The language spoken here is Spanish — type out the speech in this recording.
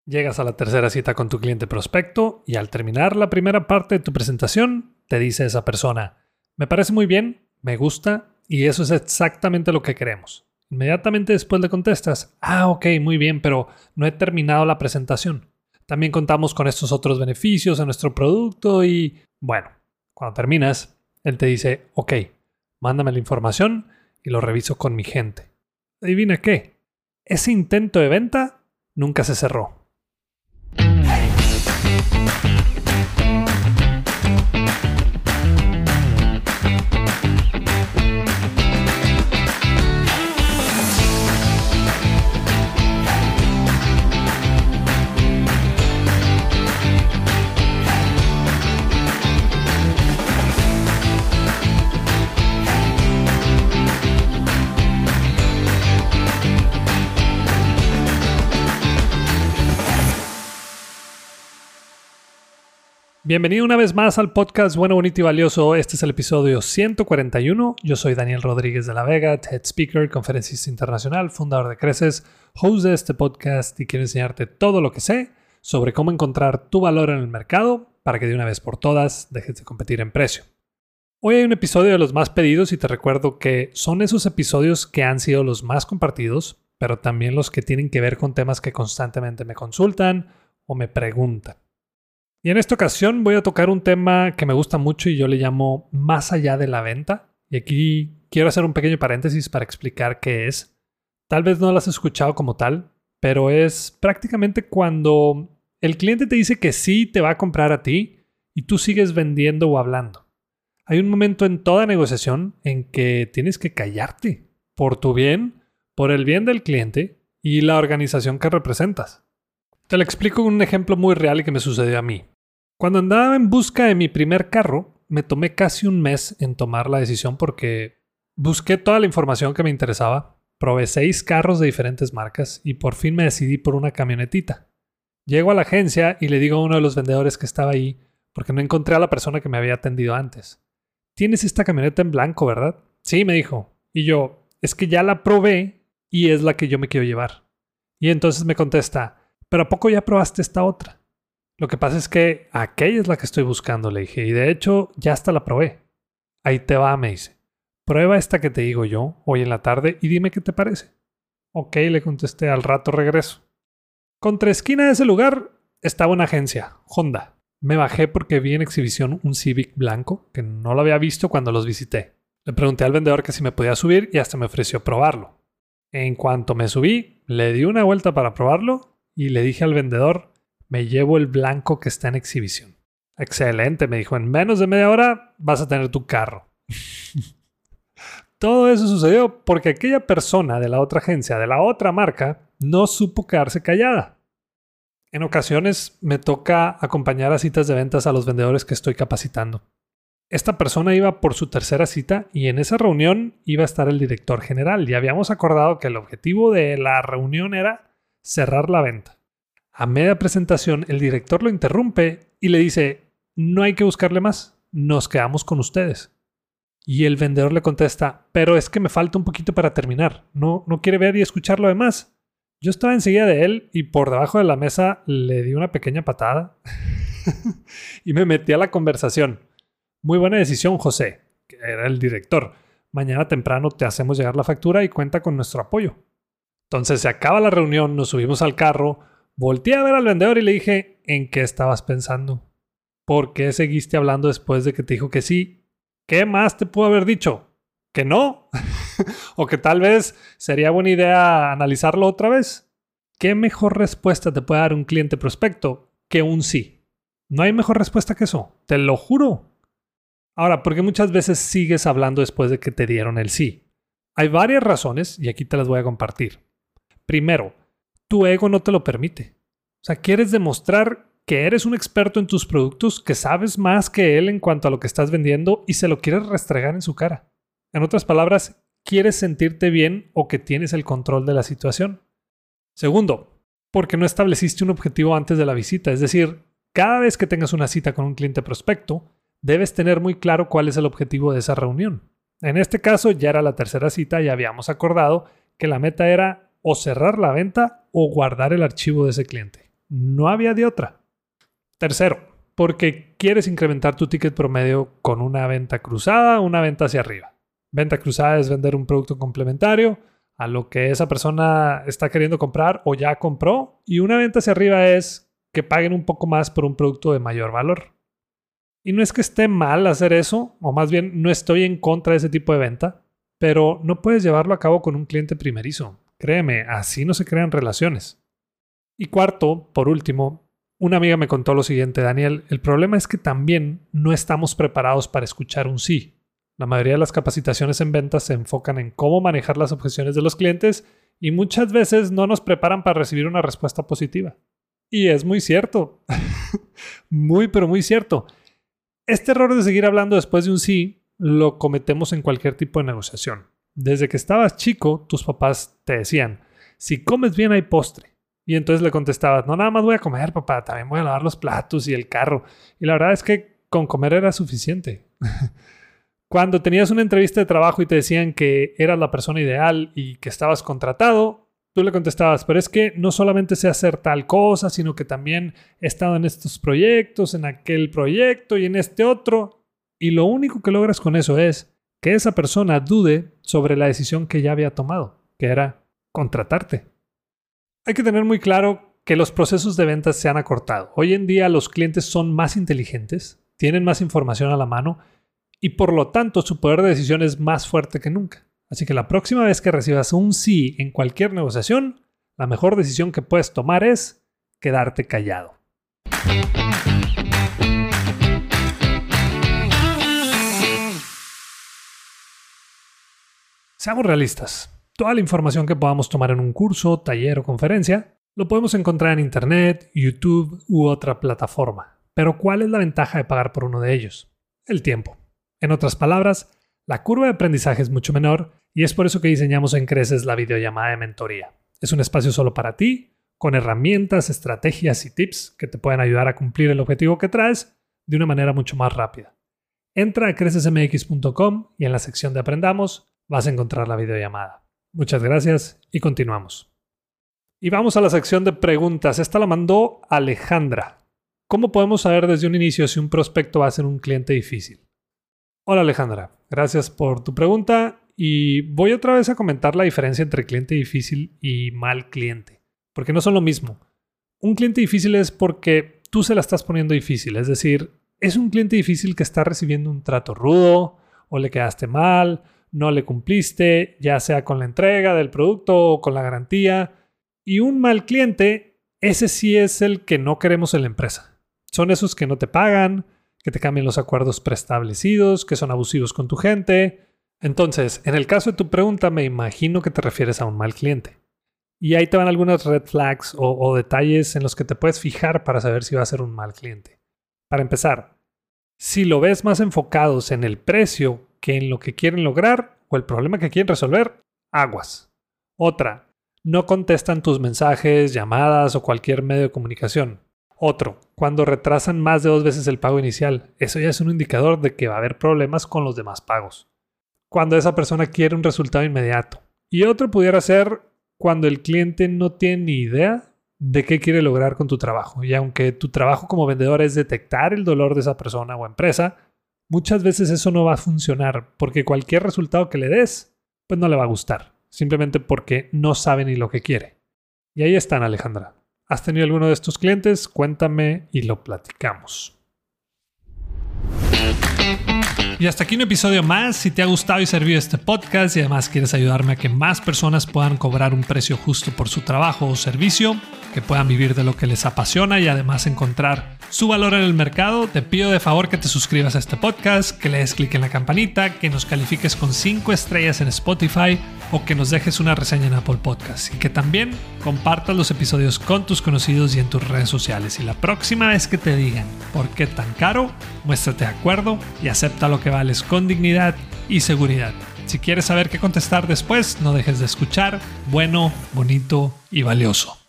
Llegas a la tercera cita con tu cliente prospecto y al terminar la primera parte de tu presentación, te dice esa persona: me parece muy bien, me gusta y eso es exactamente lo que queremos. Inmediatamente después le contestas: ok, muy bien, pero no he terminado la presentación. También contamos con estos otros beneficios en nuestro producto y, bueno, cuando terminas, él te dice: ok, mándame la información y lo reviso con mi gente. ¿Adivina qué? Ese intento de venta nunca se cerró. Bienvenido una vez más al podcast Bueno, Bonito y Valioso. Este es el episodio 141. Yo soy Daniel Rodríguez de la Vega, TED Speaker, conferencista internacional, fundador de Creces, host de este podcast y quiero enseñarte todo lo que sé sobre cómo encontrar tu valor en el mercado para que de una vez por todas dejes de competir en precio. Hoy hay un episodio de los más pedidos y te recuerdo que son esos episodios que han sido los más compartidos, pero también los que tienen que ver con temas que constantemente me consultan o me preguntan. Y en esta ocasión voy a tocar un tema que me gusta mucho y yo le llamo más allá de la venta. Y aquí quiero hacer un pequeño paréntesis para explicar qué es. Tal vez no lo has escuchado como tal, pero es prácticamente cuando el cliente te dice que sí te va a comprar a ti y tú sigues vendiendo o hablando. Hay un momento en toda negociación en que tienes que callarte por tu bien, por el bien del cliente y la organización que representas. Te lo explico con un ejemplo muy real y que me sucedió a mí. Cuando andaba en busca de mi primer carro, me tomé casi un mes en tomar la decisión porque busqué toda la información que me interesaba, probé 6 carros de diferentes marcas y por fin me decidí por una camionetita. Llego a la agencia y le digo a uno de los vendedores que estaba ahí, porque no encontré a la persona que me había atendido antes: ¿tienes esta camioneta en blanco, verdad? Sí, me dijo. Y yo: es que ya la probé y es la que yo me quiero llevar. Y entonces me contesta: ¿pero a poco ya probaste esta otra? Lo que pasa es que aquella es la que estoy buscando, le dije, y de hecho ya hasta la probé. Ahí te va, me dice. Prueba esta que te digo yo hoy en la tarde y dime qué te parece. Ok, le contesté, al rato regreso. Contra esquina de ese lugar estaba una agencia, Honda. Me bajé porque vi en exhibición un Civic blanco que no lo había visto cuando los visité. Le pregunté al vendedor que si me podía subir y hasta me ofreció probarlo. En cuanto me subí, le di una vuelta para probarlo y le dije al vendedor: me llevo el blanco que está en exhibición. Excelente, me dijo, en menos de media hora vas a tener tu carro. Todo eso sucedió porque aquella persona de la otra agencia, de la otra marca, no supo quedarse callada. En ocasiones me toca acompañar a citas de ventas a los vendedores que estoy capacitando. Esta persona iba por su tercera cita y en esa reunión iba a estar el director general y habíamos acordado que el objetivo de la reunión era cerrar la venta. A media presentación, el director lo interrumpe y le dice: no hay que buscarle más, nos quedamos con ustedes. Y el vendedor le contesta: pero es que me falta un poquito para terminar, ¿no quiere ver y escuchar lo demás? Yo estaba enseguida de él y por debajo de la mesa le di una pequeña patada y me metí a la conversación. Muy buena decisión, José, que era el director. Mañana temprano te hacemos llegar la factura y cuenta con nuestro apoyo. Entonces se acaba la reunión, nos subimos al carro. Volteé a ver al vendedor y le dije: ¿en qué estabas pensando? ¿Por qué seguiste hablando después de que te dijo que sí? ¿Qué más te pudo haber dicho? ¿Que no? ¿O que tal vez sería buena idea analizarlo otra vez? ¿Qué mejor respuesta te puede dar un cliente prospecto que un sí? No hay mejor respuesta que eso, te lo juro. Ahora, ¿por qué muchas veces sigues hablando después de que te dieron el sí? Hay varias razones y aquí te las voy a compartir. Primero, tu ego no te lo permite. O sea, quieres demostrar que eres un experto en tus productos, que sabes más que él en cuanto a lo que estás vendiendo y se lo quieres restregar en su cara. En otras palabras, quieres sentirte bien o que tienes el control de la situación. Segundo, porque no estableciste un objetivo antes de la visita. Es decir, cada vez que tengas una cita con un cliente prospecto, debes tener muy claro cuál es el objetivo de esa reunión. En este caso ya era la tercera cita y habíamos acordado que la meta era o cerrar la venta o guardar el archivo de ese cliente. no había de otra. Tercero, porque quieres incrementar tu ticket promedio con una venta cruzada o una venta hacia arriba. Venta cruzada es vender un producto complementario a lo que esa persona está queriendo comprar o ya compró. Y una venta hacia arriba es que paguen un poco más por un producto de mayor valor. Y no es que esté mal hacer eso, o más bien no estoy en contra de ese tipo de venta, pero no puedes llevarlo a cabo con un cliente primerizo. Créeme, así no se crean relaciones. Y cuarto, por último, una amiga me contó lo siguiente: Daniel, el problema es que también no estamos preparados para escuchar un sí. La mayoría de las capacitaciones en ventas se enfocan en cómo manejar las objeciones de los clientes y muchas veces no nos preparan para recibir una respuesta positiva. Y es muy cierto. Muy, pero muy cierto. Este error de seguir hablando después de un sí lo cometemos en cualquier tipo de negociación. Desde que estabas chico, tus papás te decían: si comes bien hay postre. Y entonces le contestabas: no, nada más voy a comer, papá, también voy a lavar los platos y el carro. Y la verdad es que con comer era suficiente. Cuando tenías una entrevista de trabajo y te decían que eras la persona ideal y que estabas contratado, tú le contestabas: pero es que no solamente sé hacer tal cosa, sino que también he estado en estos proyectos, en aquel proyecto y en este otro. Y lo único que logras con eso es que esa persona dude sobre la decisión que ya había tomado, que era contratarte. Hay que tener muy claro que los procesos de ventas se han acortado. Hoy en día los clientes son más inteligentes, tienen más información a la mano y por lo tanto su poder de decisión es más fuerte que nunca. Así que la próxima vez que recibas un sí en cualquier negociación, la mejor decisión que puedes tomar es quedarte callado. Seamos realistas. Toda la información que podamos tomar en un curso, taller o conferencia lo podemos encontrar en Internet, YouTube u otra plataforma. Pero ¿cuál es la ventaja de pagar por uno de ellos? El tiempo. En otras palabras, la curva de aprendizaje es mucho menor y es por eso que diseñamos en Creces la videollamada de mentoría. Es un espacio solo para ti, con herramientas, estrategias y tips que te pueden ayudar a cumplir el objetivo que traes de una manera mucho más rápida. Entra a crecesmx.com y en la sección de Aprendamos vas a encontrar la videollamada. Muchas gracias y continuamos. Y vamos a la sección de preguntas. Esta la mandó Alejandra. ¿Cómo podemos saber desde un inicio si un prospecto va a ser un cliente difícil? Hola Alejandra, gracias por tu pregunta y voy otra vez a comentar la diferencia entre cliente difícil y mal cliente, porque no son lo mismo. Un cliente difícil es porque tú se la estás poniendo difícil, es decir, es un cliente difícil que está recibiendo un trato rudo o le quedaste mal, no le cumpliste, ya sea con la entrega del producto o con la garantía. Y un mal cliente, ese sí es el que no queremos en la empresa. Son esos que no te pagan, que te cambian los acuerdos preestablecidos, que son abusivos con tu gente. Entonces, en el caso de tu pregunta, me imagino que te refieres a un mal cliente. Y ahí te van algunas red flags o detalles en los que te puedes fijar para saber si va a ser un mal cliente. Para empezar, si lo ves más enfocados en el precio que en lo que quieren lograr o el problema que quieren resolver, aguas. Otra, no contestan tus mensajes, llamadas o cualquier medio de comunicación. Otro, cuando retrasan más de 2 veces el pago inicial. Eso ya es un indicador de que va a haber problemas con los demás pagos. Cuando esa persona quiere un resultado inmediato. Y otro pudiera ser cuando el cliente no tiene ni idea de qué quiere lograr con tu trabajo. Y aunque tu trabajo como vendedor es detectar el dolor de esa persona o empresa, muchas veces eso no va a funcionar porque cualquier resultado que le des, pues no le va a gustar. Simplemente porque no sabe ni lo que quiere. Y ahí están, Alejandra. ¿Has tenido alguno de estos clientes? Cuéntame y lo platicamos. Y hasta aquí un episodio más. Si te ha gustado y servido este podcast y además quieres ayudarme a que más personas puedan cobrar un precio justo por su trabajo o servicio, que puedan vivir de lo que les apasiona y además encontrar su valor en el mercado, te pido de favor que te suscribas a este podcast, que le des clic en la campanita, que nos califiques con 5 estrellas en Spotify o que nos dejes una reseña en Apple Podcasts y que también compartas los episodios con tus conocidos y en tus redes sociales. Y la próxima vez que te digan ¿por qué tan caro?, muéstrate de acuerdo y acepta lo que vales con dignidad y seguridad. Si quieres saber qué contestar después, no dejes de escuchar Bueno, Bonito y Valioso.